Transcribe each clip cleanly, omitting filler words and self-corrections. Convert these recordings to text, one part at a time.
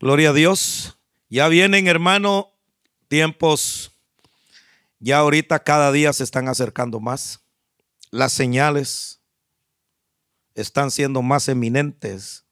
Gloria a Dios. Ya vienen, hermano, tiempos, ya ahorita cada día se están acercando más. Las señales están siendo más eminentes.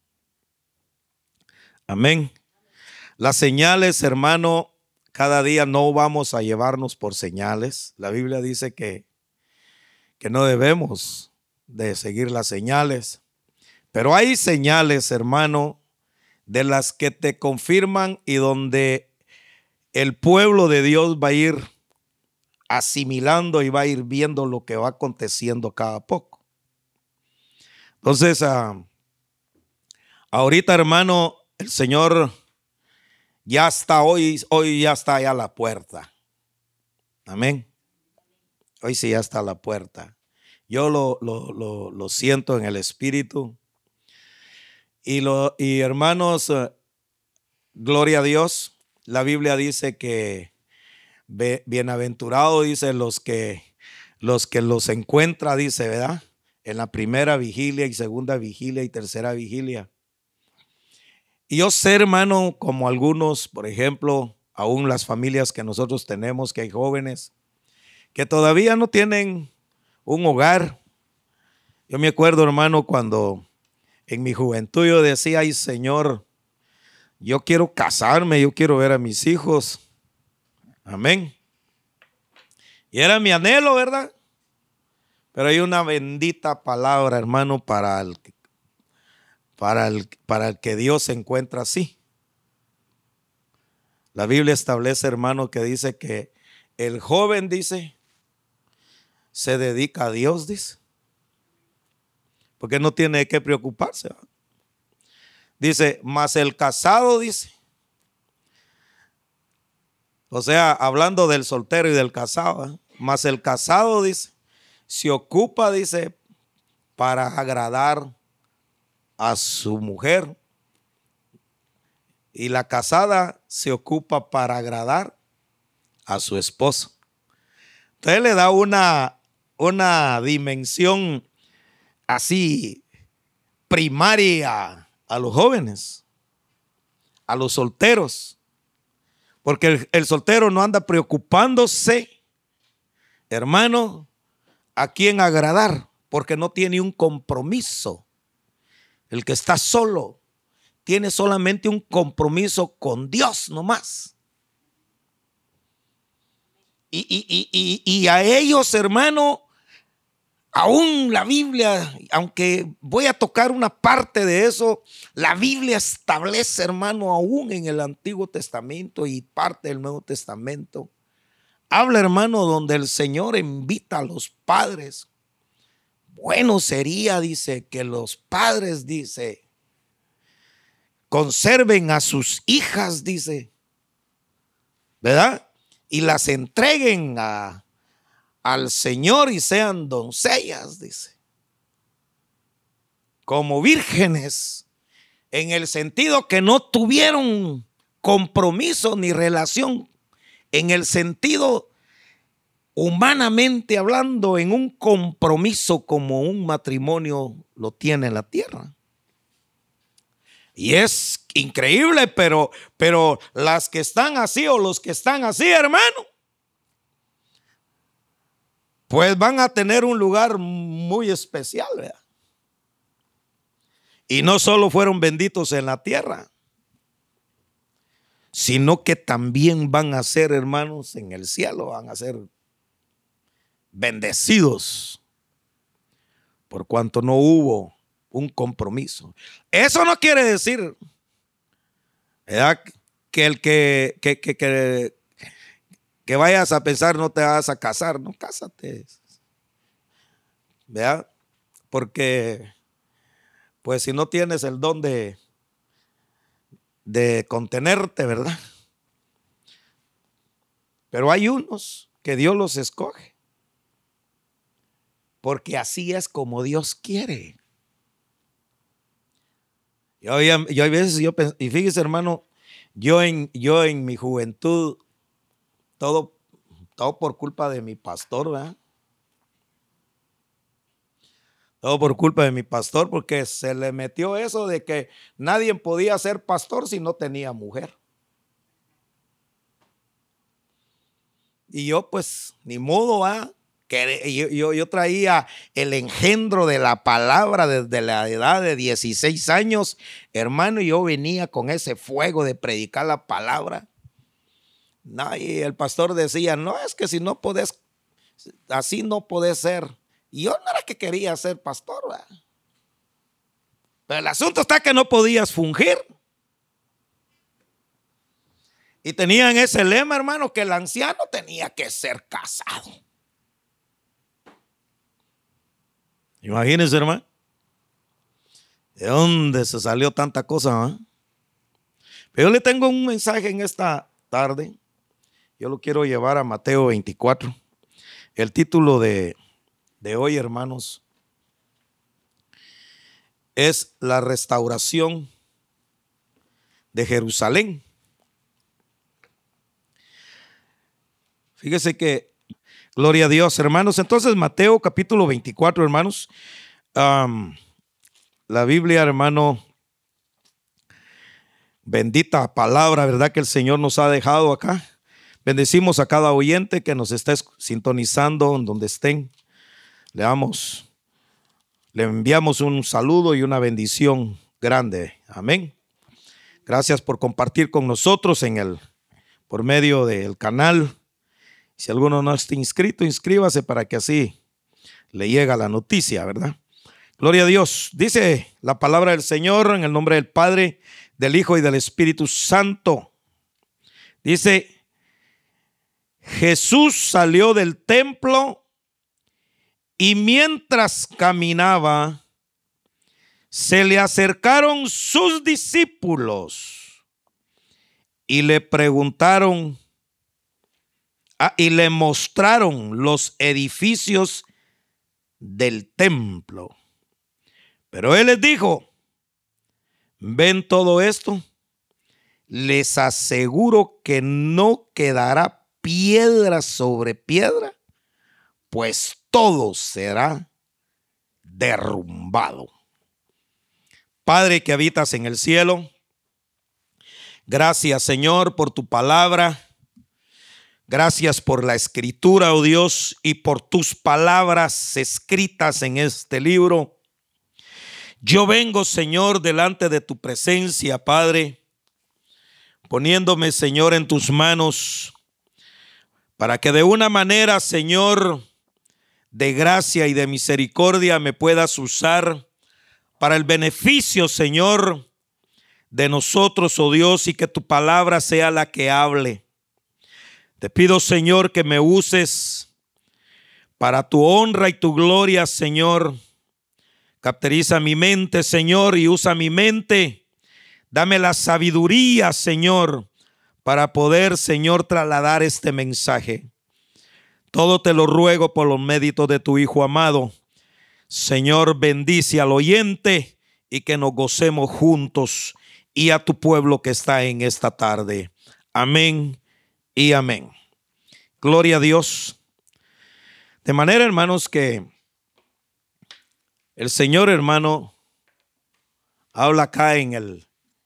Amén. Las señales, hermano, cada día no vamos a llevarnos por señales. La Biblia dice que no debemos de seguir las señales. Pero hay señales, hermano, de las que te confirman y donde el pueblo de Dios va a ir asimilando y va a ir viendo lo que va aconteciendo cada poco. Entonces, ahorita, hermano, el Señor ya está hoy ya está allá a la puerta. Amén. Hoy sí ya está a la puerta. Yo lo siento en el espíritu. Y hermanos, gloria a Dios. La Biblia dice que bienaventurado, dice los que los encuentra, dice, ¿verdad? En la primera vigilia y segunda vigilia y tercera vigilia. Y yo sé, hermano, como algunos, por ejemplo, aún las familias que nosotros tenemos, que hay jóvenes que todavía no tienen un hogar. Yo me acuerdo, hermano, cuando en mi juventud yo decía, ay Señor, yo quiero casarme, yo quiero ver a mis hijos. Amén. Y era mi anhelo, ¿verdad? Pero hay una bendita palabra, hermano, para el que Dios se encuentra así. La Biblia establece, hermano, que dice que el joven, dice, se dedica a Dios, dice, porque no tiene que preocuparse. Dice, mas el casado, dice, o sea, hablando del soltero y del casado, mas el casado, dice, se ocupa, dice, para agradar a su mujer, y la casada se ocupa para agradar a su esposo. Entonces le da una dimensión así primaria a los jóvenes, a los solteros, porque el soltero no anda preocupándose, hermano, a quién agradar, porque no tiene un compromiso. El que está solo tiene solamente un compromiso con Dios nomás. Y a ellos, hermano, aún la Biblia, aunque voy a tocar una parte de eso, la Biblia establece, hermano, aún en el Antiguo Testamento y parte del Nuevo Testamento, habla, hermano, donde el Señor invita a los padres. Bueno sería, dice, que los padres, dice, conserven a sus hijas, dice, ¿verdad? Y las entreguen al Señor y sean doncellas, dice, como vírgenes, en el sentido que no tuvieron compromiso ni relación, en el sentido humanamente hablando, en un compromiso como un matrimonio lo tiene en la tierra. Y es increíble, pero las que están así o los que están así, hermano, pues van a tener un lugar muy especial, ¿verdad? Y no solo fueron benditos en la tierra, sino que también van a ser, hermanos, en el cielo, van a ser bendecidos por cuanto no hubo un compromiso. Eso no quiere decir, ¿verdad?, que el que vayas a pensar no te vas a casar. No, cásate, ¿verdad? Porque pues si no tienes el don de contenerte, ¿verdad? Pero hay unos que Dios los escoge, porque así es como Dios quiere. Yo hay veces, y fíjese, hermano, yo en mi juventud, todo por culpa de mi pastor, ¿verdad? Todo por culpa de mi pastor, porque se le metió eso de que nadie podía ser pastor si no tenía mujer. Y yo pues ni modo, que yo traía el engendro de la palabra desde la edad de 16 años, hermano, y yo venía con ese fuego de predicar la palabra. Y el pastor decía, no, es que si no podés, así no podés ser. Y yo no era que quería ser pastor, ¿verdad? Pero el asunto está que no podías fungir. Y tenían ese lema, hermano, que el anciano tenía que ser casado. Imagínense, hermano, ¿de dónde se salió tanta cosa? Pero yo le tengo un mensaje en esta tarde. Yo lo quiero llevar a Mateo 24. El título de hoy, hermanos, es la restauración de Jerusalén. Fíjese que, gloria a Dios, hermanos. Entonces, Mateo capítulo 24, hermanos. La Biblia, hermano, bendita palabra, ¿verdad? Que el Señor nos ha dejado acá. Bendecimos a cada oyente que nos está sintonizando en donde estén. Le enviamos un saludo y una bendición grande. Amén. Gracias por compartir con nosotros por medio del canal. Si alguno no está inscrito, inscríbase para que así le llegue la noticia, ¿verdad? Gloria a Dios. Dice la palabra del Señor en el nombre del Padre, del Hijo y del Espíritu Santo. Dice, Jesús salió del templo y mientras caminaba, se le acercaron sus discípulos y le preguntaron y le mostraron los edificios del templo. Pero él les dijo, ¿ven todo esto? Les aseguro que no quedará piedra sobre piedra, pues todo será derrumbado. Padre que habitas en el cielo, gracias, Señor, por tu palabra. Gracias por la escritura, oh Dios, y por tus palabras escritas en este libro. Yo vengo, Señor, delante de tu presencia, Padre, poniéndome, Señor, en tus manos, para que de una manera, Señor, de gracia y de misericordia me puedas usar para el beneficio, Señor, de nosotros, oh Dios, y que tu palabra sea la que hable. Te pido, Señor, que me uses para tu honra y tu gloria, Señor. Capteriza mi mente, Señor, y usa mi mente. Dame la sabiduría, Señor, para poder, Señor, trasladar este mensaje. Todo te lo ruego por los méritos de tu Hijo amado. Señor, bendice al oyente y que nos gocemos juntos y a tu pueblo que está en esta tarde. Amén y amén. Gloria a Dios. De manera, hermanos, que el Señor, hermano, habla acá en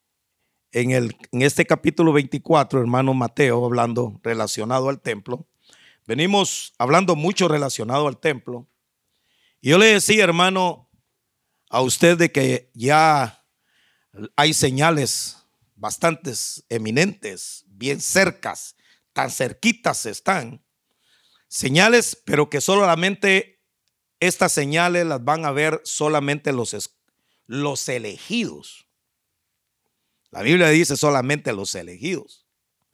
este capítulo 24, hermano Mateo, hablando relacionado al templo. Venimos hablando mucho relacionado al templo. Y yo le decía, hermano, a usted de que ya hay señales bastantes eminentes, bien cercas, tan cerquitas están. Señales, pero que solamente estas señales las van a ver solamente los elegidos. La Biblia dice solamente los elegidos.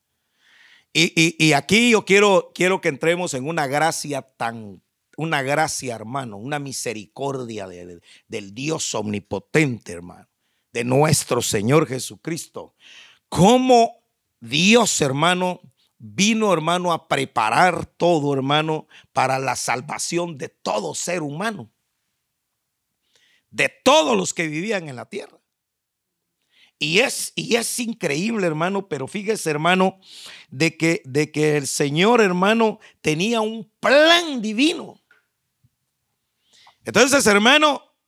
Y aquí yo quiero que entremos en una gracia, hermano, una misericordia del Dios omnipotente, hermano, de nuestro Señor Jesucristo. Cómo Dios, hermano, vino, hermano, a preparar todo, hermano, para la salvación de todo ser humano, de todos los que vivían en la tierra. Y es increíble, hermano, pero fíjese, hermano, de que el Señor, hermano, tenía un plan divino. Entonces, hermano,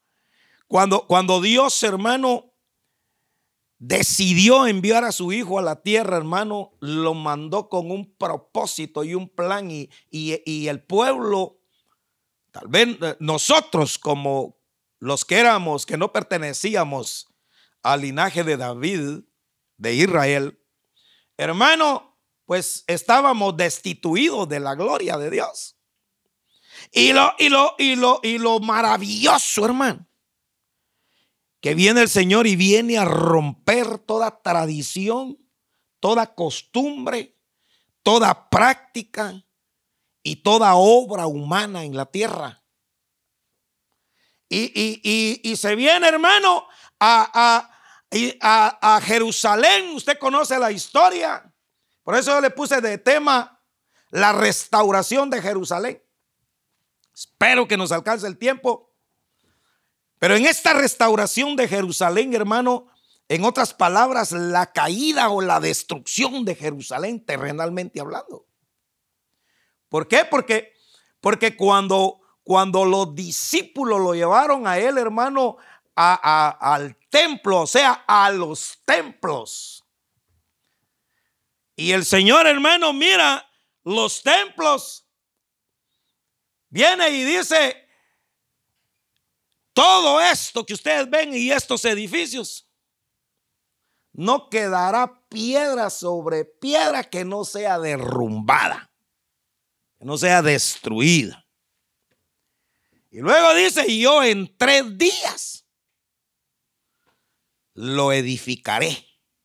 Cuando Dios, hermano, decidió enviar a su hijo a la tierra, hermano, lo mandó con un propósito y un plan, y el pueblo, tal vez nosotros como los que éramos, que no pertenecíamos al linaje de David, de Israel, hermano, pues estábamos destituidos de la gloria de Dios. Y lo maravilloso, hermano, que viene el Señor y viene a romper toda tradición, toda costumbre, toda práctica y toda obra humana en la tierra. Y se viene, hermano, a Jerusalén. Usted conoce la historia. Por eso yo le puse de tema la restauración de Jerusalén. Espero que nos alcance el tiempo. Pero en esta restauración de Jerusalén, hermano, en otras palabras, la caída o la destrucción de Jerusalén, terrenalmente hablando. ¿Por qué? Porque cuando los discípulos lo llevaron a él, hermano, al templo, o sea, a los templos. Y el Señor, hermano, mira los templos. Viene y dice: todo esto que ustedes ven y estos edificios, no quedará piedra sobre piedra que no sea derrumbada, que no sea destruida. Y luego dice: y yo en 3 días lo edificaré.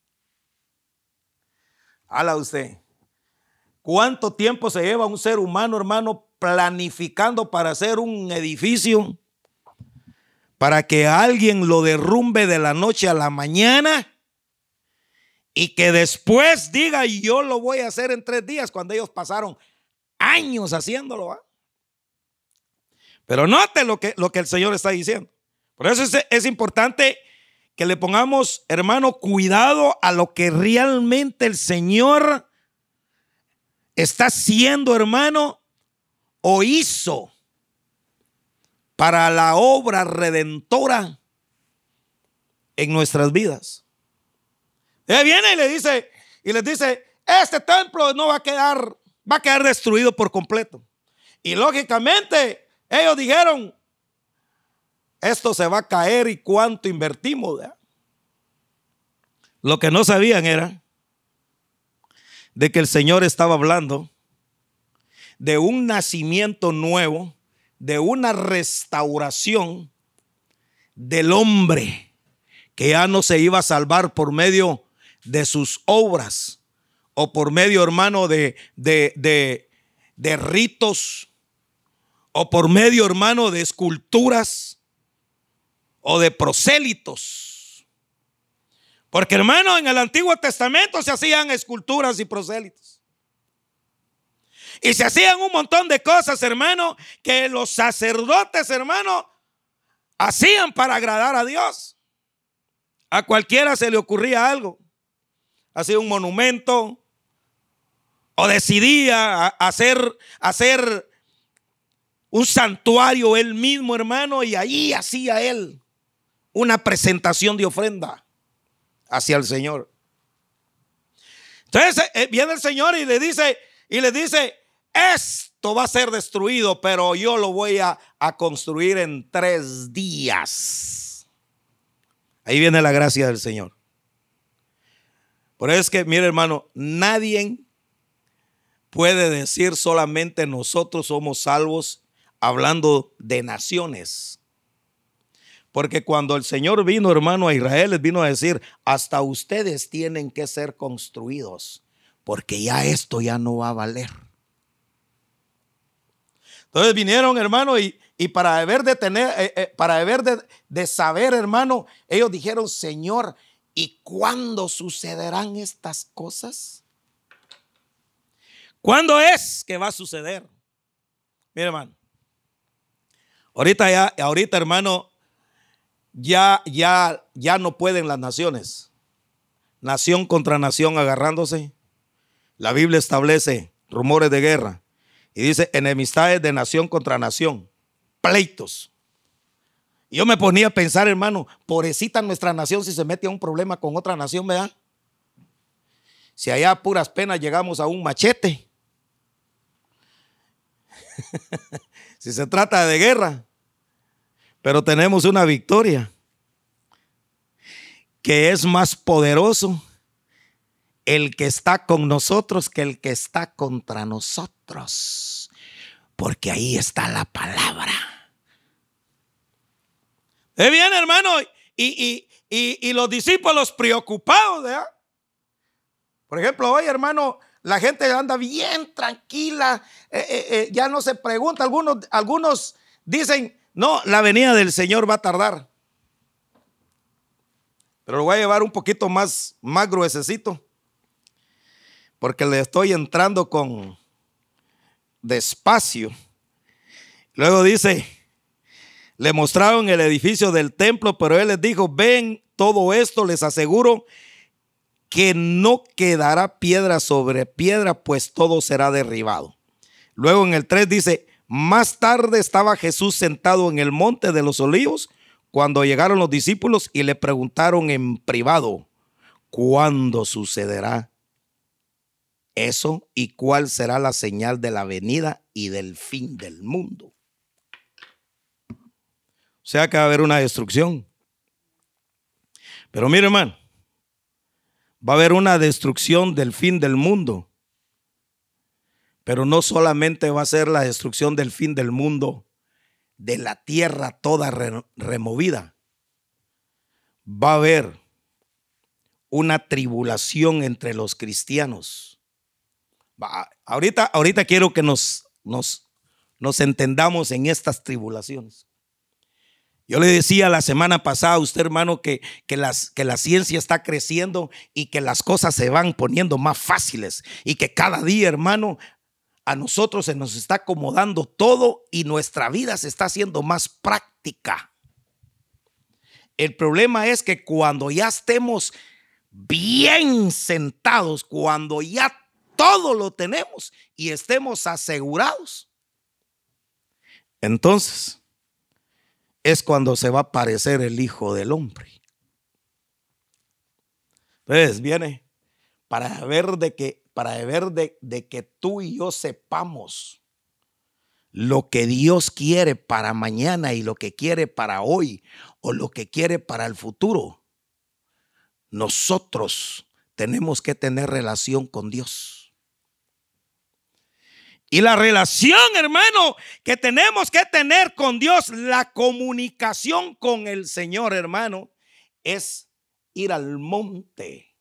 Habla usted, ¿cuánto tiempo se lleva un ser humano, hermano, planificando para hacer un edificio, para que alguien lo derrumbe de la noche a la mañana y que después diga: yo lo voy a hacer en 3 días, cuando ellos pasaron años haciéndolo, ¿va? Pero note lo que el Señor está diciendo. Por eso es importante que le pongamos, hermano, cuidado a lo que realmente el Señor está haciendo, hermano, o hizo para la obra redentora en nuestras vidas. Él viene y les dice: este templo no va a quedar destruido por completo. Y lógicamente ellos dijeron: esto se va a caer, y cuánto invertimos, ¿verdad? Lo que no sabían era de que el Señor estaba hablando de un nacimiento nuevo, de una restauración del hombre, que ya no se iba a salvar por medio de sus obras o por medio, hermano, de ritos, o por medio, hermano, de esculturas o de prosélitos. Porque, hermano, en el Antiguo Testamento se hacían esculturas y prosélitos. Y se hacían un montón de cosas, hermano, que los sacerdotes, hermano, hacían para agradar a Dios. A cualquiera se le ocurría algo. Hacía un monumento, o decidía hacer un santuario él mismo, hermano, y ahí hacía él una presentación de ofrenda hacia el Señor. Entonces viene el Señor y le dice: esto va a ser destruido, pero yo lo voy a construir en 3 días. Ahí viene la gracia del Señor. Por eso es que, mire, hermano, nadie puede decir solamente nosotros somos salvos, hablando de naciones. Porque cuando el Señor vino, hermano, a Israel, les vino a decir: hasta ustedes tienen que ser construidos, porque ya esto ya no va a valer. Entonces vinieron, hermano, y para deber de saber, hermano, ellos dijeron: Señor, ¿y cuándo sucederán estas cosas? ¿Cuándo es que va a suceder? Mire, hermano, ahorita, hermano, ya no pueden las naciones, nación contra nación agarrándose. La Biblia establece rumores de guerra y dice enemistades de nación contra nación, pleitos. Yo me ponía a pensar, hermano, pobrecita nuestra nación si se mete a un problema con otra nación, ¿verdad? Si allá a puras penas llegamos a un machete. Si se trata de guerra. Pero tenemos una victoria que es más poderoso el que está con nosotros que el que está contra nosotros. Porque ahí está la palabra. Bien, hermano. Y los discípulos preocupados, ¿verdad? Por ejemplo, hoy, hermano, la gente anda bien tranquila. Ya no se pregunta. Algunos dicen, no, la venida del Señor va a tardar. Pero lo voy a llevar un poquito más gruesecito. Porque le estoy entrando con despacio. Luego dice, le mostraron el edificio del templo, pero él les dijo, ven, todo esto les aseguro que no quedará piedra sobre piedra, pues todo será derribado. Luego en el 3 dice, más tarde estaba Jesús sentado en el monte de los olivos cuando llegaron los discípulos y le preguntaron en privado, ¿cuándo sucederá eso y cuál será la señal de la venida y del fin del mundo? O sea que va a haber una destrucción. Pero mire, hermano, va a haber una destrucción del fin del mundo. Pero no solamente va a ser la destrucción del fin del mundo, de la tierra toda removida. Va a haber una tribulación entre los cristianos. Ahorita quiero que nos entendamos en estas tribulaciones. Yo le decía la semana pasada a usted, hermano, que la ciencia está creciendo y que las cosas se van poniendo más fáciles y que cada día, hermano, a nosotros se nos está acomodando todo y nuestra vida se está haciendo más práctica. El problema es que cuando ya estemos bien sentados, cuando ya todo lo tenemos y estemos asegurados, entonces es cuando se va a aparecer el Hijo del Hombre. Entonces viene para ver de que tú y yo sepamos lo que Dios quiere para mañana y lo que quiere para hoy o lo que quiere para el futuro. Nosotros tenemos que tener relación con Dios. Y la relación, hermano, que tenemos que tener con Dios, la comunicación con el Señor, hermano, es ir al monte.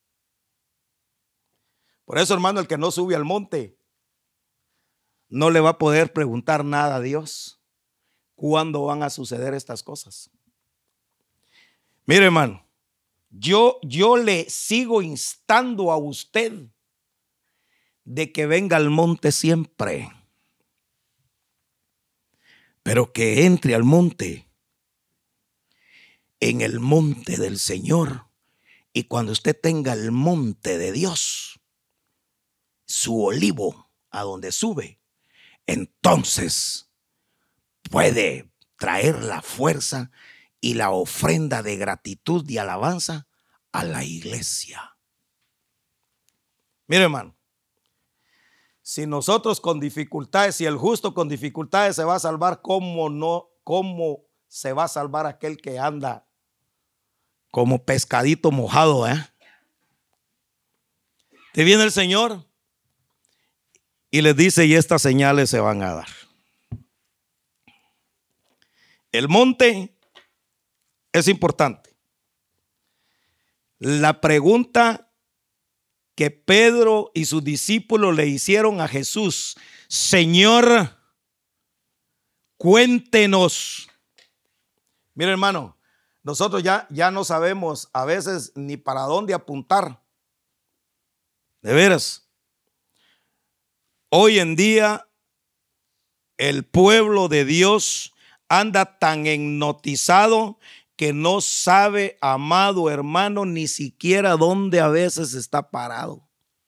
Por eso, hermano, el que no sube al monte no le va a poder preguntar nada a Dios. ¿Cuándo van a suceder estas cosas? Mire, hermano, yo le sigo instando a usted de que venga al monte siempre, pero que entre al monte, en el monte del Señor. Y cuando usted tenga el monte de Dios, su olivo, a donde sube, entonces puede traer la fuerza y la ofrenda de gratitud y alabanza a la iglesia. Mire, hermano, si nosotros con dificultades, si el justo con dificultades se va a salvar, ¿cómo se va a salvar aquel que anda como pescadito mojado? Te viene el Señor y les dice, y estas señales se van a dar. El monte es importante. La pregunta que Pedro y sus discípulos le hicieron a Jesús, Señor, cuéntenos. Mira, hermano, nosotros ya no sabemos a veces ni para dónde apuntar. De veras. Hoy en día el pueblo de Dios anda tan hipnotizado que no sabe, amado hermano, ni siquiera dónde a veces está parado.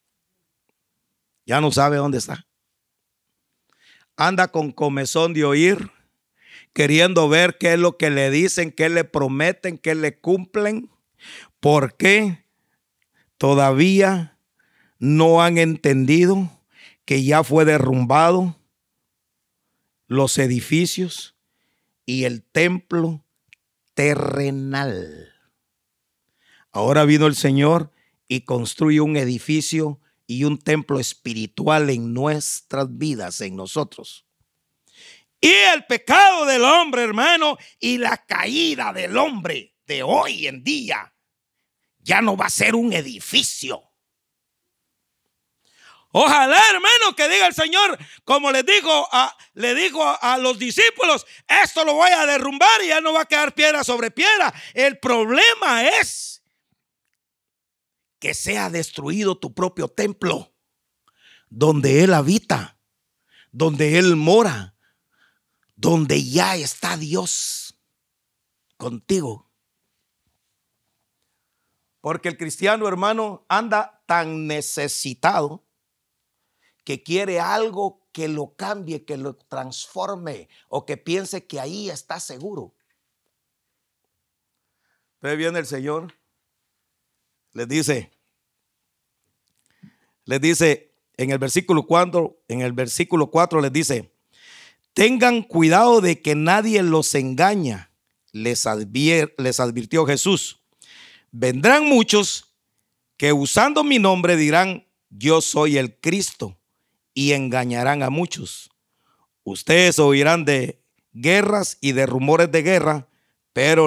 Ya no sabe dónde está. Anda con comezón de oír queriendo ver qué es lo que le dicen, qué le prometen, qué le cumplen, porque todavía no han entendido que ya fue derrumbado los edificios y el templo terrenal. Ahora vino el Señor y construye un edificio y un templo espiritual en nuestras vidas, en nosotros. Y el pecado del hombre, hermano, y la caída del hombre de hoy en día ya no va a ser un edificio. Ojalá, hermano, que diga el Señor, como le dijo a los discípulos, esto lo voy a derrumbar y ya no va a quedar piedra sobre piedra. El problema es que sea destruido tu propio templo, donde Él habita, donde Él mora, donde ya está Dios contigo. Porque el cristiano, hermano, anda tan necesitado que quiere algo que lo cambie, que lo transforme, o que piense que ahí está seguro. Pero viene el Señor, les dice en el versículo 4 les dice: tengan cuidado de que nadie los engaña, les advirtió Jesús. Vendrán muchos que usando mi nombre dirán: yo soy el Cristo, y engañarán a muchos. Ustedes oirán de guerras y de rumores de guerra, pero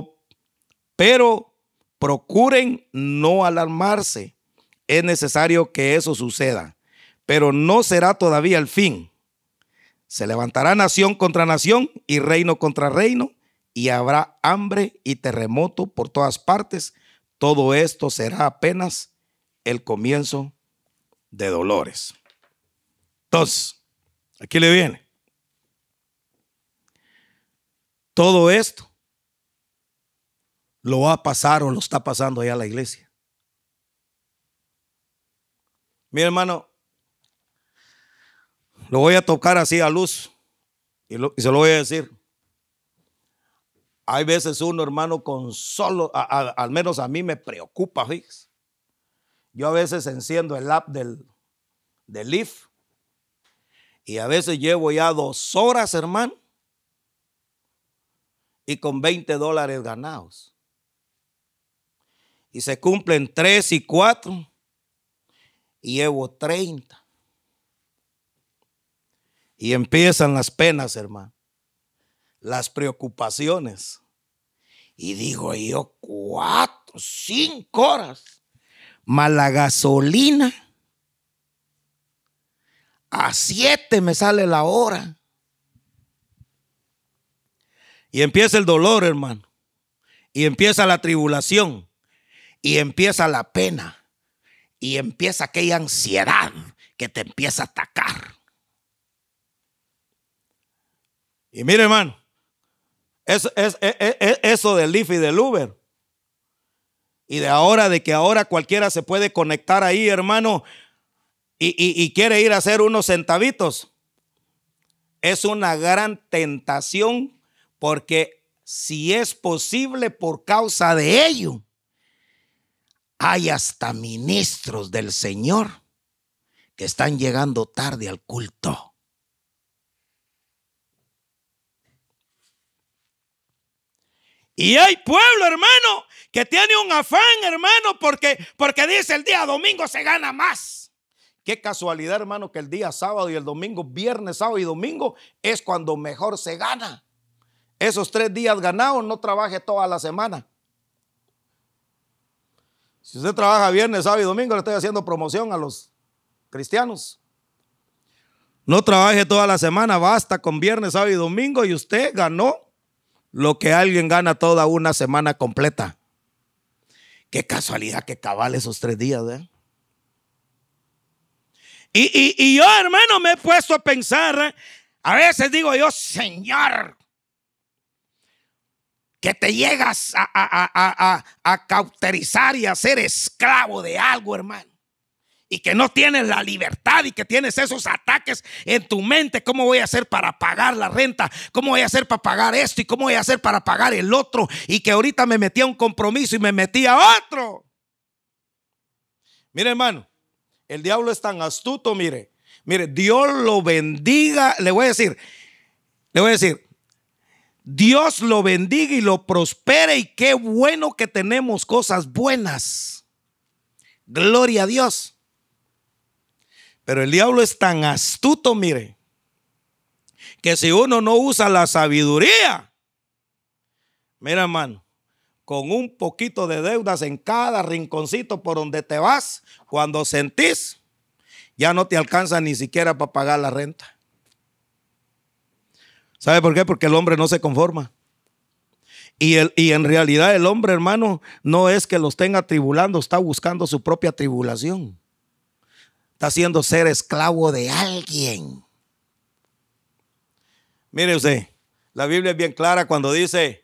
procuren no alarmarse. Es necesario que eso suceda, pero no será todavía el fin. Se levantará nación contra nación y reino contra reino, y habrá hambre y terremoto por todas partes. Todo esto será apenas el comienzo de dolores. Entonces, aquí le viene. Todo esto lo va a pasar o lo está pasando allá a la iglesia. Mi hermano, lo voy a tocar así a luz y se lo voy a decir. Hay veces uno, hermano, con solo, al menos a mí me preocupa, fíjese. Yo a veces enciendo el app del Lyft y a veces llevo ya 2 horas, hermano, y con $20 ganados. Y se cumplen 3 y 4 y llevo 30. Y empiezan las penas, hermano, las preocupaciones. Y digo yo, 4, 5 horas, más la gasolina, a 7 me sale la hora. Y empieza el dolor, hermano. Y empieza la tribulación. Y empieza la pena. Y empieza aquella ansiedad que te empieza a atacar. Y mire, hermano, eso del Lyft y del Uber. Y de que ahora cualquiera se puede conectar ahí, hermano, y quiere ir a hacer unos centavitos. Es una gran tentación, porque si es posible, por causa de ello, hay hasta ministros del Señor que están llegando tarde al culto. Y hay pueblo, hermano, que tiene un afán, hermano, porque dice el día domingo se gana más. Qué casualidad, hermano, que el día sábado y el domingo, viernes, sábado y domingo, es cuando mejor se gana. Esos 3 días ganados, no trabaje toda la semana. Si usted trabaja viernes, sábado y domingo, le estoy haciendo promoción a los cristianos. No trabaje toda la semana, basta con viernes, sábado y domingo y usted ganó lo que alguien gana toda una semana completa. Qué casualidad que cabal esos 3 días, ¿eh? Y yo, hermano, me he puesto a pensar, a veces digo yo, Señor, que te llegas a cauterizar y a ser esclavo de algo, hermano. y que no tienes la libertad y que tienes esos ataques en tu mente. ¿Cómo voy a hacer para pagar la renta? ¿Cómo voy a hacer para pagar esto? ¿Y cómo voy a hacer para pagar el otro? Y que ahorita me metí a un compromiso y me metí a otro. Mire, hermano, el diablo es tan astuto, mire, Dios lo bendiga. Le voy a decir, Dios lo bendiga y lo prospere, y qué bueno que tenemos cosas buenas. Gloria a Dios. Pero el diablo es tan astuto, mire, que si uno no usa la sabiduría, mira, hermano, con un poquito de deudas en cada rinconcito por donde te vas, cuando sentís, ya no te alcanza ni siquiera para pagar la renta. ¿Sabe por qué? Porque el hombre no se conforma. Y en realidad el hombre, hermano, no es que los tenga tribulando, está buscando su propia tribulación. Está haciendo ser esclavo de alguien. Mire usted, la Biblia es bien clara cuando dice,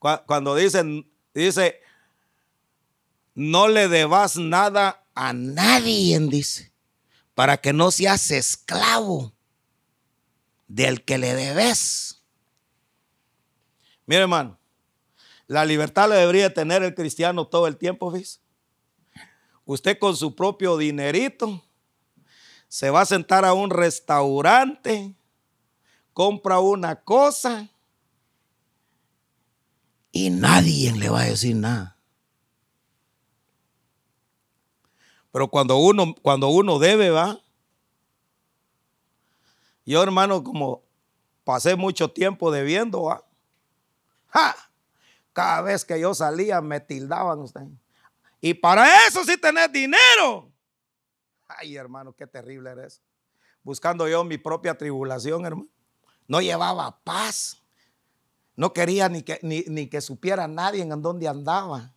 dice, no le debas nada a nadie, dice, para que no seas esclavo del que le debes. Mire, hermano, la libertad la debería tener el cristiano todo el tiempo, ¿ves? Usted con su propio dinerito se va a sentar a un restaurante, compra una cosa y nadie le va a decir nada. Pero cuando uno debe, va. Yo, hermano, como pasé mucho tiempo debiendo, va. ¡Ja! Cada vez que yo salía me tildaban ustedes. Y para eso sí tenés dinero. Ay, hermano, qué terrible era eso. Buscando yo mi propia tribulación, hermano. No llevaba paz. No quería ni que supiera nadie en dónde andaba.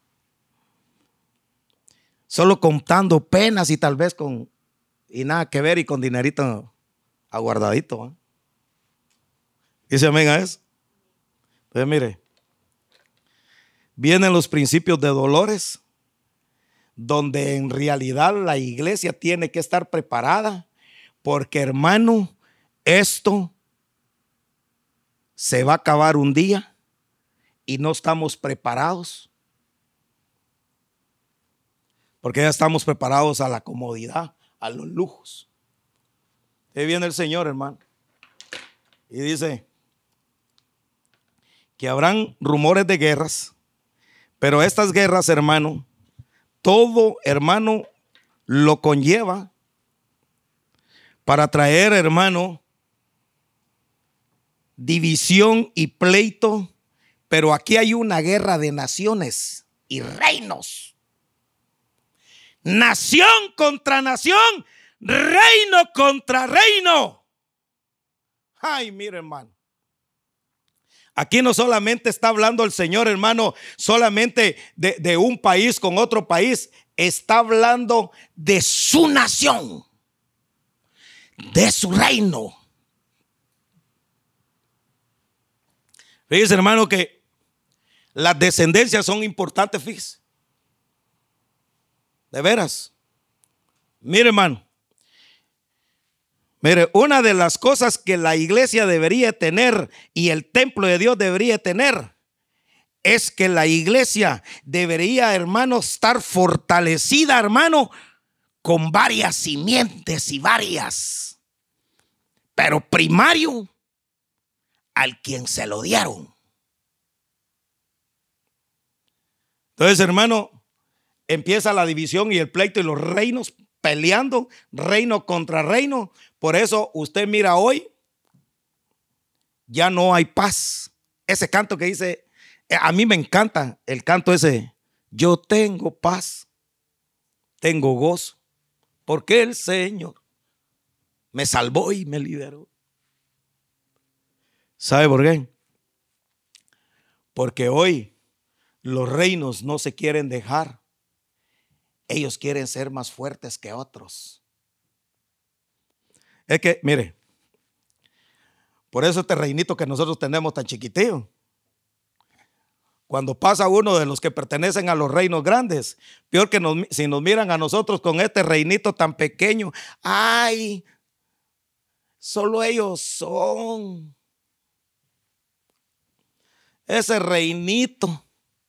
Solo contando penas y tal vez y nada que ver, y con dinerito aguardadito, ¿eh? Dice amén a eso. Entonces mire, vienen los principios de dolores, donde en realidad la iglesia tiene que estar preparada, porque, hermano, esto se va a acabar un día y no estamos preparados, porque ya estamos preparados a la comodidad, a los lujos. Ahí viene el Señor, hermano, y dice que habrán rumores de guerras, pero estas guerras, hermano, todo, hermano, lo conlleva para traer, hermano, división y pleito. Pero aquí hay una guerra de naciones y reinos. Nación contra nación, reino contra reino. Ay, mire, hermano. Aquí no solamente está hablando el Señor, hermano, solamente de un país con otro país. Está hablando de su nación, de su reino. Fíjese, hermano, que las descendencias son importantes, fíjese. De veras. Mire, hermano. Mire, una de las cosas que la iglesia debería tener y el templo de Dios debería tener es que la iglesia debería, hermano, estar fortalecida, hermano, con varias simientes y varias. Pero primario, al quien se lo dieron. Entonces, hermano, empieza la división y el pleito y los reinos peleando, reino contra reino. Por eso usted mira hoy, ya no hay paz. Ese canto que dice, a mí me encanta el canto ese: yo tengo paz, tengo gozo, porque el Señor me salvó y me liberó. ¿Sabe por qué? Porque hoy los reinos no se quieren dejar. Ellos quieren ser más fuertes que otros. Es que, mire, por eso este reinito que nosotros tenemos tan chiquitito, Cuando pasa uno de los que pertenecen a los reinos grandes, peor que si nos miran a nosotros con este reinito tan pequeño, ay, solo ellos son ese reinito.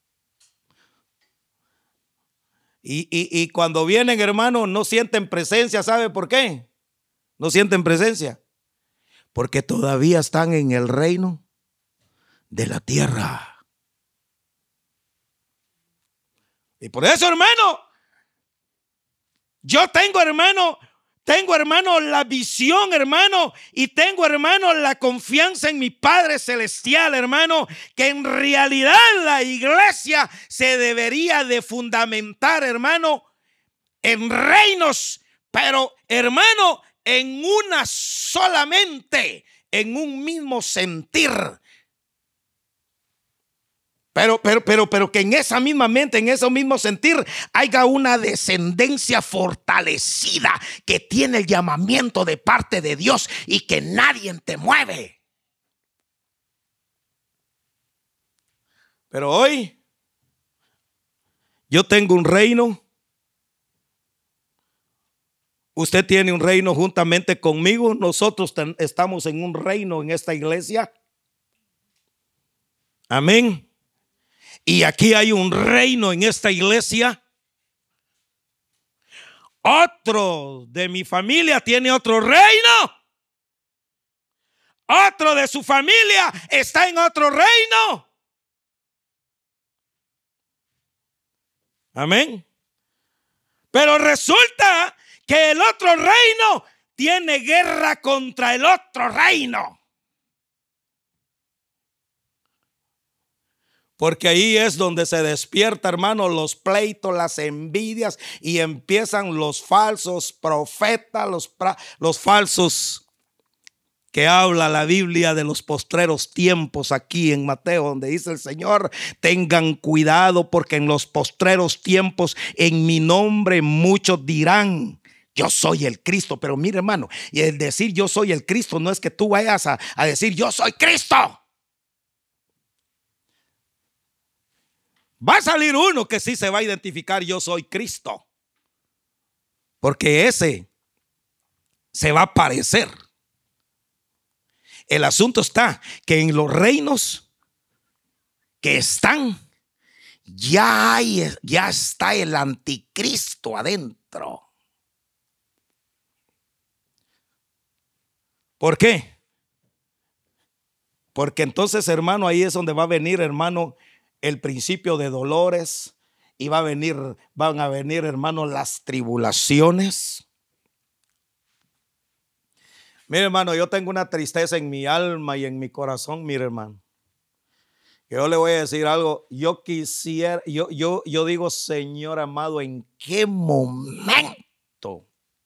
Y cuando vienen, hermanos, no sienten presencia. ¿Sabe por qué? No sienten presencia. Porque todavía están en el reino de la tierra. Y por eso, hermano, yo tengo, hermano, la visión, hermano, y tengo, hermano, la confianza en mi Padre Celestial, hermano, que en realidad la iglesia se debería de fundamentar, hermano, en reinos, pero, hermano, en una solamente, en un mismo sentir. Pero que en esa misma mente, en ese mismo sentir, haya una descendencia fortalecida que tiene el llamamiento de parte de Dios y que nadie te mueve. Pero hoy yo tengo un reino. Usted tiene un reino juntamente conmigo. Nosotros estamos en un reino en esta iglesia. Amén. Y aquí hay un reino en esta iglesia. Otro de mi familia tiene otro reino. Otro de su familia está en otro reino. Amén. Pero resulta que el otro reino tiene guerra contra el otro reino. Porque ahí es donde se despierta, hermano, los pleitos, las envidias, y empiezan los falsos profetas, los falsos que habla la Biblia de los postreros tiempos aquí en Mateo, donde dice el Señor: tengan cuidado, porque en los postreros tiempos en mi nombre muchos dirán: yo soy el Cristo. Pero mire, hermano, y el decir yo soy el Cristo no es que tú vayas a decir yo soy Cristo. Va a salir uno que sí se va a identificar: yo soy Cristo. Porque ese se va a parecer. El asunto está que en los reinos que están, ya está el anticristo adentro. ¿Por qué? Porque entonces, hermano, ahí es donde va a venir, hermano, el principio de dolores, y van a venir, hermano, las tribulaciones. Mire, hermano, yo tengo una tristeza en mi alma y en mi corazón, mire, hermano. Yo le voy a decir algo. Yo quisiera, yo digo: Señor amado, ¿en qué momento?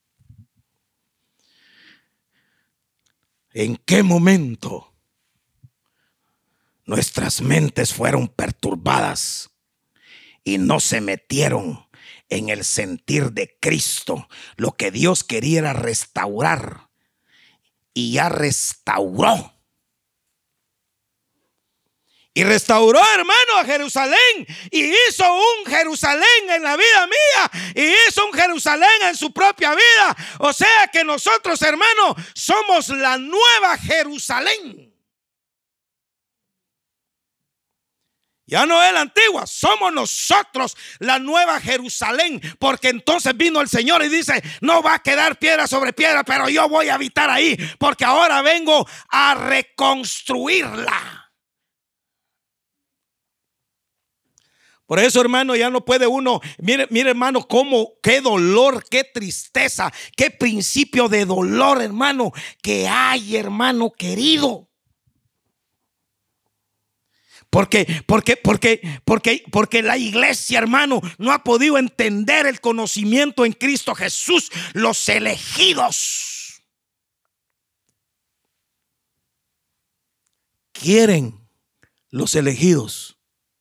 ¿En qué momento nuestras mentes fueron perturbadas y no se metieron en el sentir de Cristo? Lo que Dios quería era restaurar, y ya restauró. Y restauró, hermano, a Jerusalén, y hizo un Jerusalén en la vida mía, y hizo un Jerusalén en su propia vida. O sea que nosotros, hermano, somos la nueva Jerusalén. Ya no es la antigua, somos nosotros la nueva Jerusalén. Porque entonces vino el Señor y dice: no va a quedar piedra sobre piedra, pero yo voy a habitar ahí, porque ahora vengo a reconstruirla. Por eso, hermano, ya no puede uno. Mire, hermano, qué dolor, qué tristeza, qué principio de dolor, hermano, que hay, hermano querido. Porque la iglesia, hermano, no ha podido entender el conocimiento en Cristo Jesús. Los elegidos quieren, los elegidos,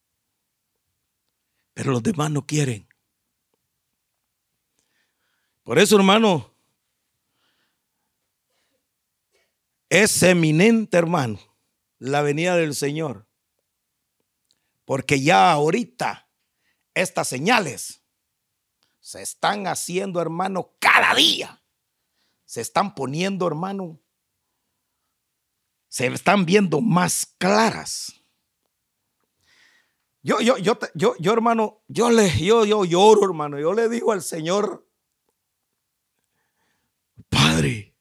pero los demás no quieren. Por eso, hermano, es eminente, hermano, la venida del Señor. Porque ya ahorita estas señales se están haciendo, hermano, cada día. Se están poniendo, hermano, se están viendo más claras. Yo, hermano, yo lloro, hermano. Yo le digo al Señor, Padre,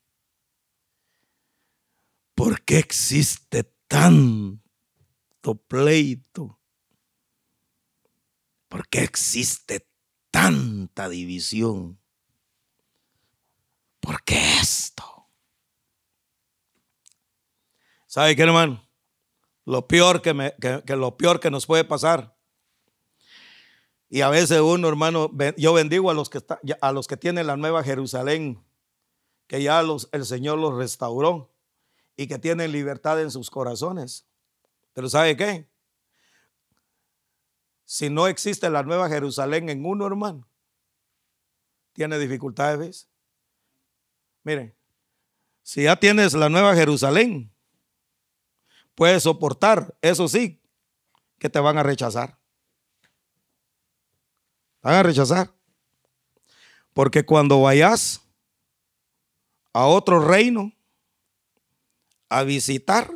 ¿por qué existe tanto pleito? ¿Por qué existe tanta división? ¿Por qué esto? ¿Sabe qué, hermano? Lo peor lo peor que nos puede pasar. Y a veces uno, hermano, yo bendigo a los que tienen la Nueva Jerusalén, que ya el Señor los restauró y que tienen libertad en sus corazones. Pero ¿sabe qué? Si no existe la Nueva Jerusalén en uno, hermano, tiene dificultades, ¿ves? Miren, si ya tienes la Nueva Jerusalén, puedes soportar, eso sí, que te van a rechazar. Van a rechazar. Porque cuando vayas a otro reino a visitar,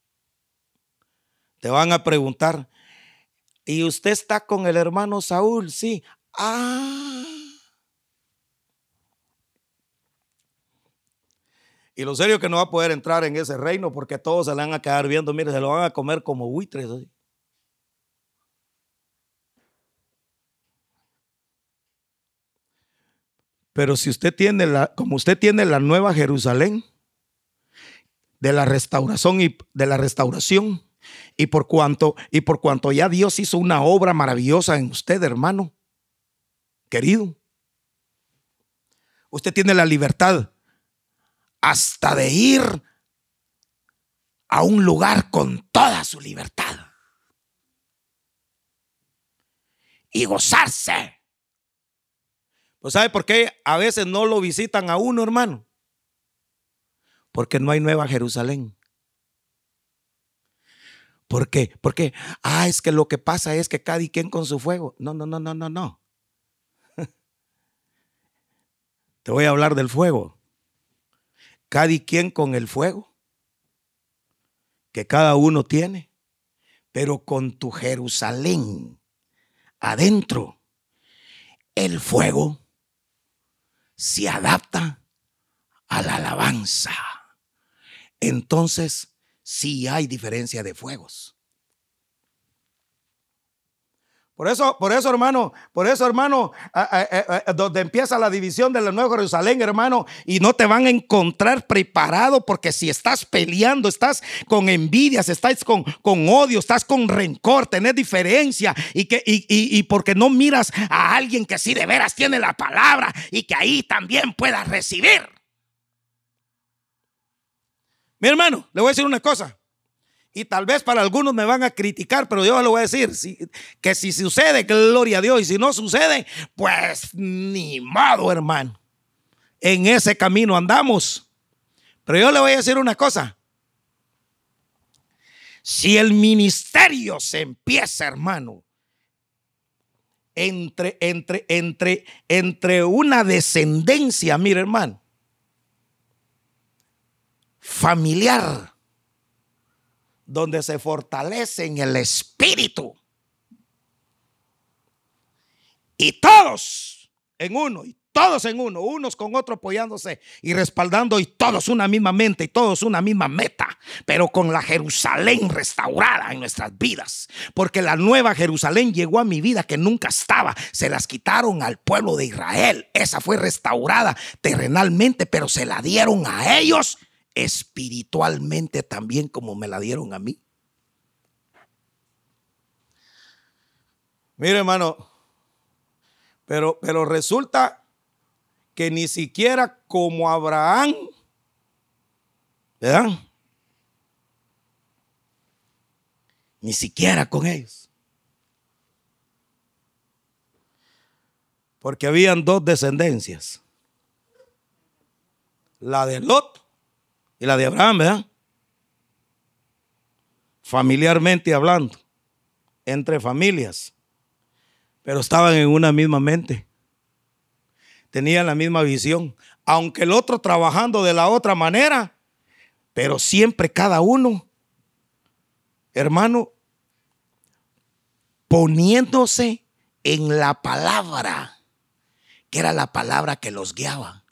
te van a preguntar, ¿y usted está con el hermano Saúl? Sí. Ah. Y lo serio es que no va a poder entrar en ese reino porque todos se le van a quedar viendo, mire, se lo van a comer como buitres. Pero si usted tiene como usted tiene la Nueva Jerusalén de la restauración y por cuanto ya Dios hizo una obra maravillosa en usted, hermano querido, usted tiene la libertad hasta de ir a un lugar con toda su libertad y gozarse. Pues ¿sabe por qué a veces no lo visitan a uno, hermano? Porque no hay Nueva Jerusalén. ¿Por qué? Porque, es que lo que pasa es que cada quien con su fuego. No. Te voy a hablar del fuego. Cada quien con el fuego que cada uno tiene, pero con tu Jerusalén adentro, el fuego se adapta a la alabanza. Entonces, sí hay diferencia de fuegos. Por eso, hermano, donde empieza la división de la Nueva Jerusalén, hermano, y no te van a encontrar preparado, porque si estás peleando, estás con envidias, estás con odio, estás con rencor, tenés diferencia, y porque no miras a alguien que sí de veras tiene la palabra y que ahí también puedas recibir. Mi hermano, le voy a decir una cosa. Y tal vez para algunos me van a criticar, pero yo le voy a decir que si sucede, gloria a Dios. Y si no sucede, pues ni modo, hermano. En ese camino andamos. Pero yo le voy a decir una cosa. Si el ministerio se empieza, hermano, entre una descendencia, mire, hermano, familiar, donde se fortalece en el espíritu, y todos en uno, unos con otros apoyándose y respaldando, y todos una misma mente y todos una misma meta, pero con la Jerusalén restaurada en nuestras vidas, porque la Nueva Jerusalén llegó a mi vida que nunca estaba. Se las quitaron al pueblo de Israel, esa fue restaurada terrenalmente, pero se la dieron a ellos espiritualmente también, como me la dieron a mí. Mire, hermano, pero resulta que ni siquiera como Abraham, ¿verdad? Ni siquiera con ellos. Porque habían dos descendencias, la de Lot y la de Abraham, ¿verdad? Familiarmente hablando, entre familias, pero estaban en una misma mente. Tenían la misma visión, aunque el otro trabajando de la otra manera, pero siempre cada uno, hermano, poniéndose en la palabra, que era la palabra que los guiaba.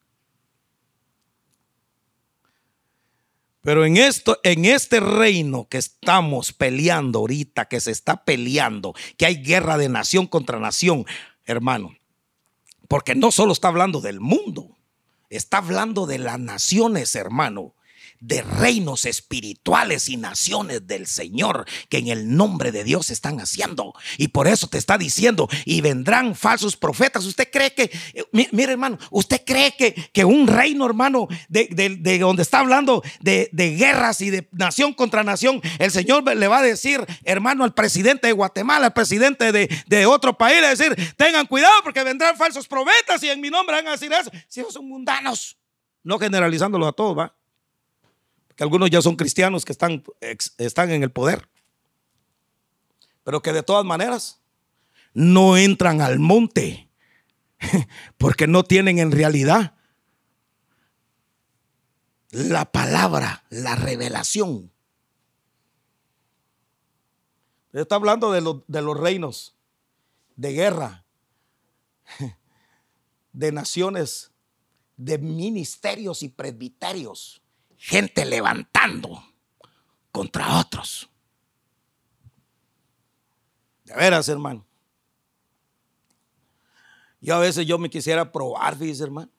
Pero en este reino que estamos peleando ahorita, que se está peleando, que hay guerra de nación contra nación, hermano, porque no solo está hablando del mundo, está hablando de las naciones, hermano, de reinos espirituales y naciones del Señor que en el nombre de Dios están haciendo. Y por eso te está diciendo, y vendrán falsos profetas. ¿Usted cree que, mire hermano, usted cree que un reino, hermano, de donde está hablando de guerras y de nación contra nación, el Señor le va a decir, hermano, al presidente de Guatemala, al presidente de otro país, le va a decir, tengan cuidado porque vendrán falsos profetas y en mi nombre van a decir eso? Si ellos son mundanos, no generalizándolo a todos, ¿va? Que algunos ya son cristianos que están en el poder, pero que de todas maneras no entran al monte porque no tienen en realidad la palabra, la revelación. Está hablando de los reinos, de guerra, de naciones, de ministerios y presbiterios. Gente levantando contra otros. De veras, hermano. Yo a veces me quisiera probar, fíjese, hermano.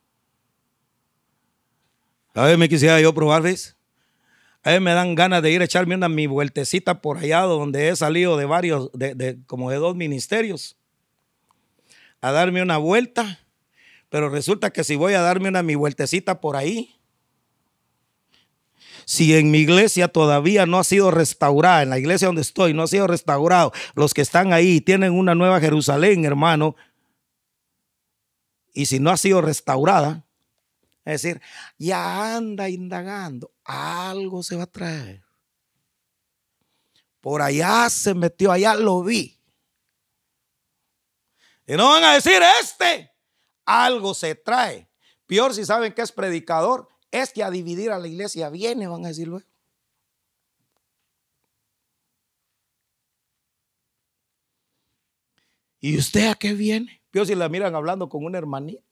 A veces me quisiera yo probar, fíjese. A veces me dan ganas de ir a echarme mi vueltecita por allá donde he salido de varios, como de 2 ministerios. A darme una vuelta. Pero resulta que si voy a darme mi vueltecita por ahí, si en mi iglesia todavía no ha sido restaurada, en la iglesia donde estoy no ha sido restaurado, los que están ahí tienen una nueva Jerusalén, hermano, y si no ha sido restaurada, es decir, ya anda indagando, algo se va a traer. Por allá se metió, allá lo vi. Y no van a decir, algo se trae. Peor si saben que es predicador, es que a dividir a la iglesia viene, van a decir luego. ¿Y usted a qué viene? Peor si la miran hablando con un hermanito.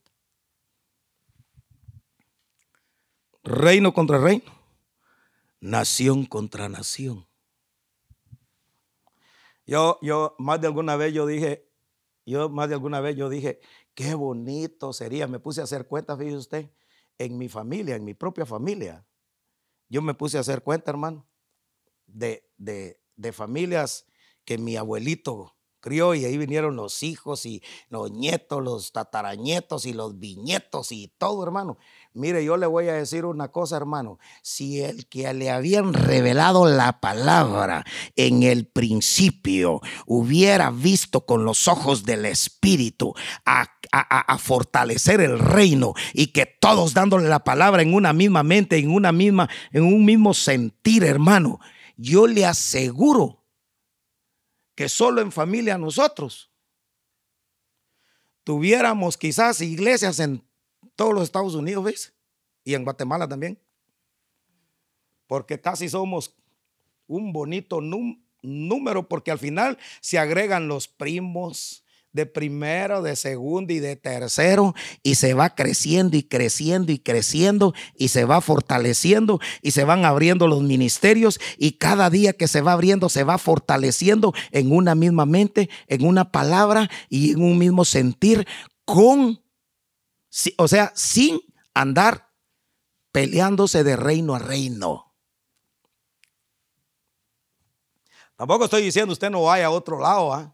Reino contra reino, nación contra nación. Yo más de alguna vez yo dije, qué bonito sería. Me puse a hacer cuentas, fíjese usted, en mi familia, en mi propia familia. Yo me puse a hacer cuenta, hermano, de familias que mi abuelito crió, y ahí vinieron los hijos y los nietos, los tataranietos y los bisnietos y todo, hermano. Mire, yo le voy a decir una cosa, hermano. Si el que le habían revelado la palabra en el principio hubiera visto con los ojos del Espíritu a fortalecer el reino, y que todos dándole la palabra en una misma mente, en un mismo sentir, hermano, yo le aseguro que solo en familia nosotros tuviéramos quizás iglesias en todos los Estados Unidos, ¿ves? Y en Guatemala también, porque casi somos un bonito número, porque al final se agregan los primos de primero, de segundo y de tercero, y se va creciendo y creciendo y creciendo, y se va fortaleciendo, y se van abriendo los ministerios, y cada día que se va abriendo se va fortaleciendo en una misma mente, en una palabra y en un mismo sentir, sin andar peleándose de reino a reino. Tampoco estoy diciendo usted no vaya a otro lado, ¿ah?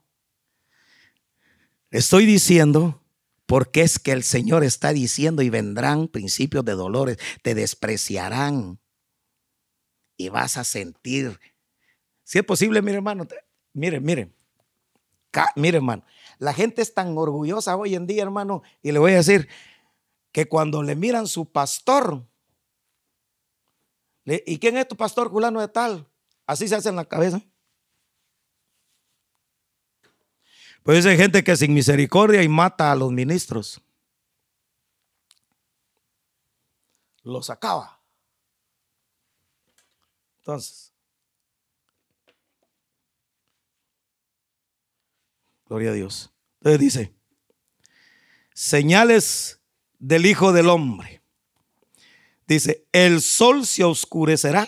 Estoy diciendo porque es que el Señor está diciendo, y vendrán principios de dolores, te despreciarán y vas a sentir. Si es posible, mire hermano, mire hermano, la gente es tan orgullosa hoy en día, hermano, y le voy a decir que cuando le miran su pastor, ¿y quién es tu pastor fulano de tal? Así se hace en la cabeza. Pues hay gente que sin misericordia y mata a los ministros. Los acaba. Entonces, gloria a Dios. Entonces dice, señales del Hijo del Hombre. Dice, el sol se oscurecerá.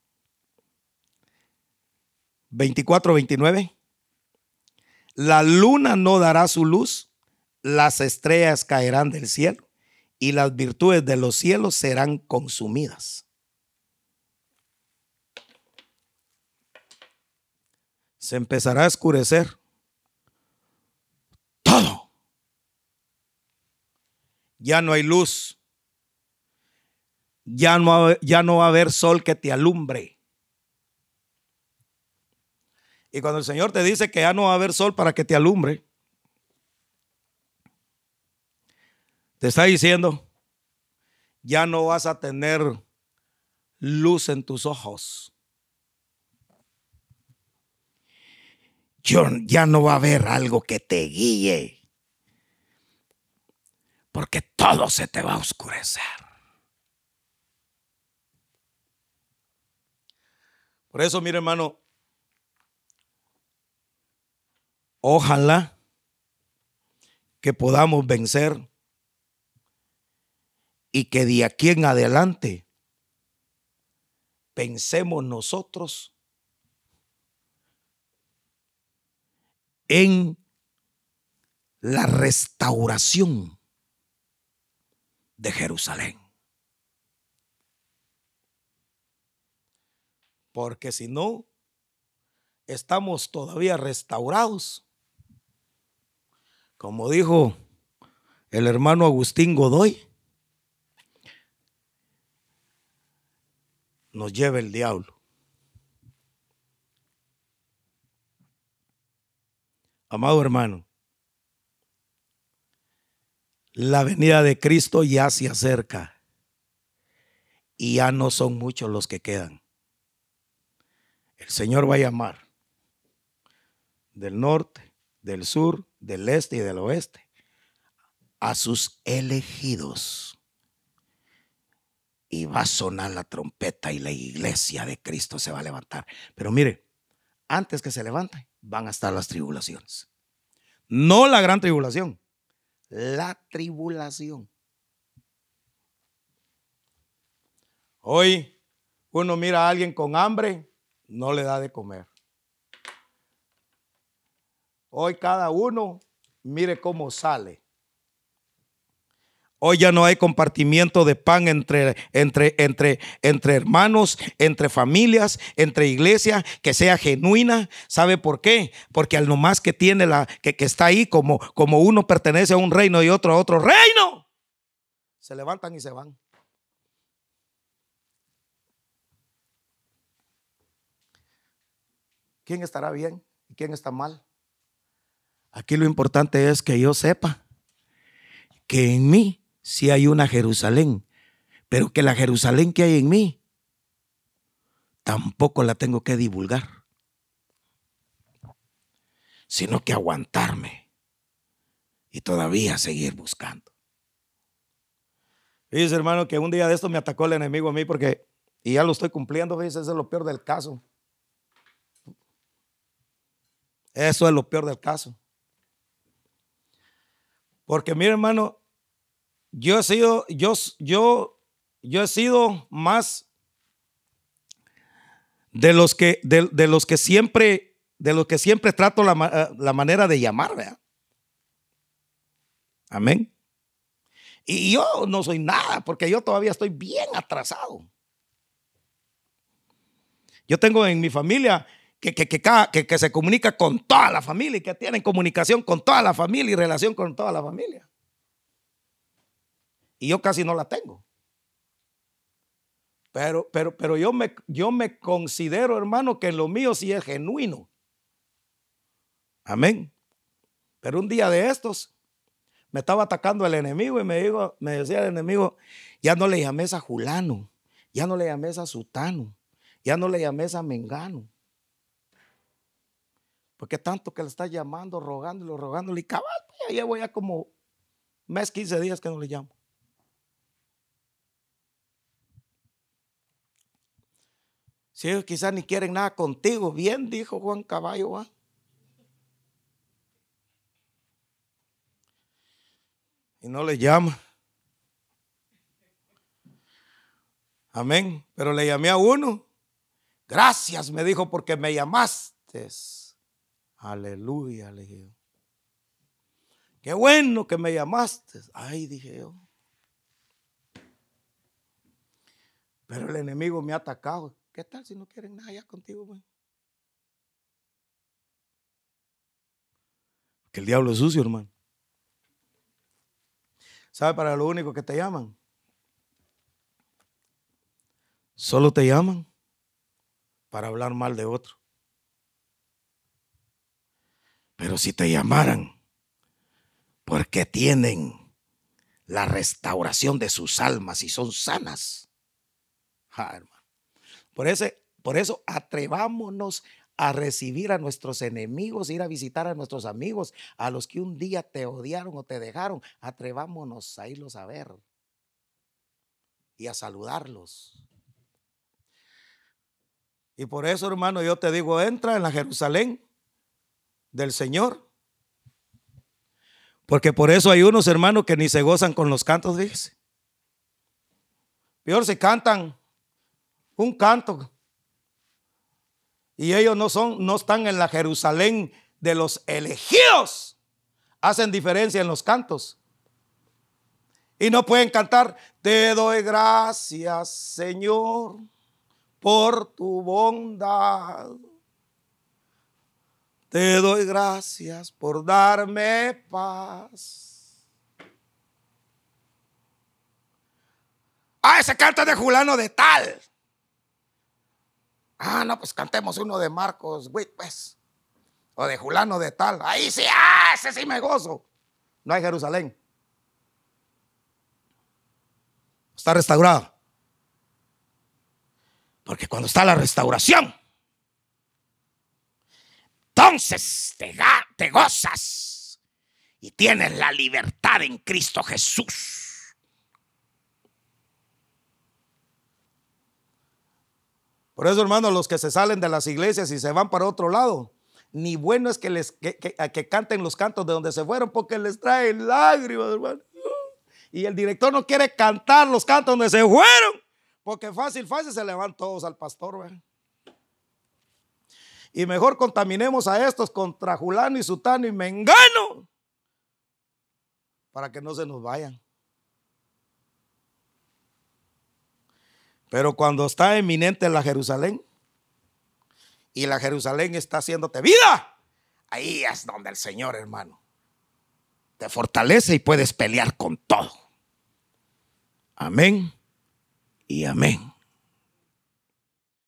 24-29. La luna no dará su luz, las estrellas caerán del cielo y las virtudes de los cielos serán consumidas. Se empezará a oscurecer todo. Ya no hay luz. Ya no va a haber sol que te alumbre. Y cuando el Señor te dice que ya no va a haber sol para que te alumbre, te está diciendo, ya no vas a tener luz en tus ojos. Ya no va a haber algo que te guíe, porque todo se te va a oscurecer. Por eso, mire, hermano, ojalá que podamos vencer y que de aquí en adelante pensemos nosotros en la restauración de Jerusalén. Porque si no, estamos todavía restaurados. Como dijo el hermano Agustín Godoy, nos lleva el diablo. Amado hermano, la venida de Cristo ya se acerca y ya no son muchos los que quedan. El Señor va a llamar del norte, del sur, del este y del oeste a sus elegidos. Y va a sonar la trompeta y la iglesia de Cristo se va a levantar. Pero mire, antes que se levante, van a estar las tribulaciones. No la gran tribulación, la tribulación. Hoy uno mira a alguien con hambre, no le da de comer. Hoy cada uno mire cómo sale. Hoy ya no hay compartimiento de pan entre hermanos, entre familias, entre iglesias, que sea genuina. ¿Sabe por qué? Porque al nomás que tiene que está ahí como uno pertenece a un reino y otro a otro reino, se levantan y se van. ¿Quién estará bien y quién está mal? Aquí lo importante es que yo sepa que en mí sí hay una Jerusalén, pero que la Jerusalén que hay en mí tampoco la tengo que divulgar, sino que aguantarme y todavía seguir buscando. Fíjese, hermano, que un día de esto me atacó el enemigo a mí y ya lo estoy cumpliendo. Fíjese, eso es lo peor del caso. Eso es lo peor del caso. Porque mire, hermano, yo he sido más de los que siempre trato la manera de llamar, ¿verdad? Amén. Y yo no soy nada, porque yo todavía estoy bien atrasado. Yo tengo en mi familia que se comunica con toda la familia y que tienen comunicación con toda la familia y relación con toda la familia. Y yo casi no la tengo. Pero yo me considero, hermano, que lo mío sí es genuino. Amén. Pero un día de estos me estaba atacando el enemigo y me decía el enemigo, ya no le llames a Julano, ya no le llames a Sutano, ya no le llames a Mengano. Porque tanto que le está llamando, rogándole, y cabal, pues, ya llevo ya como mes, 15 días que no le llamo. Si ellos quizás ni quieren nada contigo, bien dijo Juan Caballo, ¿va? Y no le llama. Amén. Pero le llamé a uno. Gracias, me dijo, porque me llamaste. Aleluya, le dije. Qué bueno que me llamaste. Ay, dije yo. Pero el enemigo me ha atacado. ¿Qué tal si no quieren nada ya contigo, man? Que el diablo es sucio, hermano. ¿Sabe para lo único que te llaman? Solo te llaman para hablar mal de otro. Pero si te llamaran porque tienen la restauración de sus almas y son sanas. Hermano. Por eso atrevámonos a recibir a nuestros enemigos, ir a visitar a nuestros amigos, a los que un día te odiaron o te dejaron. Atrevámonos a irlos a ver y a saludarlos. Y por eso, hermano, yo te digo, entra en la Jerusalén del Señor. Porque por eso hay unos, hermanos, que ni se gozan con los cantos, fíjese. Peor, se cantan un canto y ellos no están en la Jerusalén de los elegidos. Hacen diferencia en los cantos y no pueden cantar: te doy gracias, Señor, por tu bondad. Te doy gracias por darme paz. Ese canta de fulano de tal. No, pues cantemos uno de Marcos Witt, pues. O de fulano de tal. Ahí sí, ese sí me gozo. No hay Jerusalén. Está restaurado. Porque cuando está la restauración, entonces te gozas y tienes la libertad en Cristo Jesús. Por eso, hermanos, los que se salen de las iglesias y se van para otro lado, ni bueno es que canten los cantos de donde se fueron, porque les traen lágrimas, hermano. Y el director no quiere cantar los cantos donde se fueron, porque fácil se le van todos al pastor, ¿verdad? Y mejor contaminemos a estos contra Julano y Sutano y Mengano, para que no se nos vayan. Pero cuando está eminente la Jerusalén y la Jerusalén está haciéndote vida, ahí es donde el Señor, hermano, te fortalece y puedes pelear con todo. Amén y amén.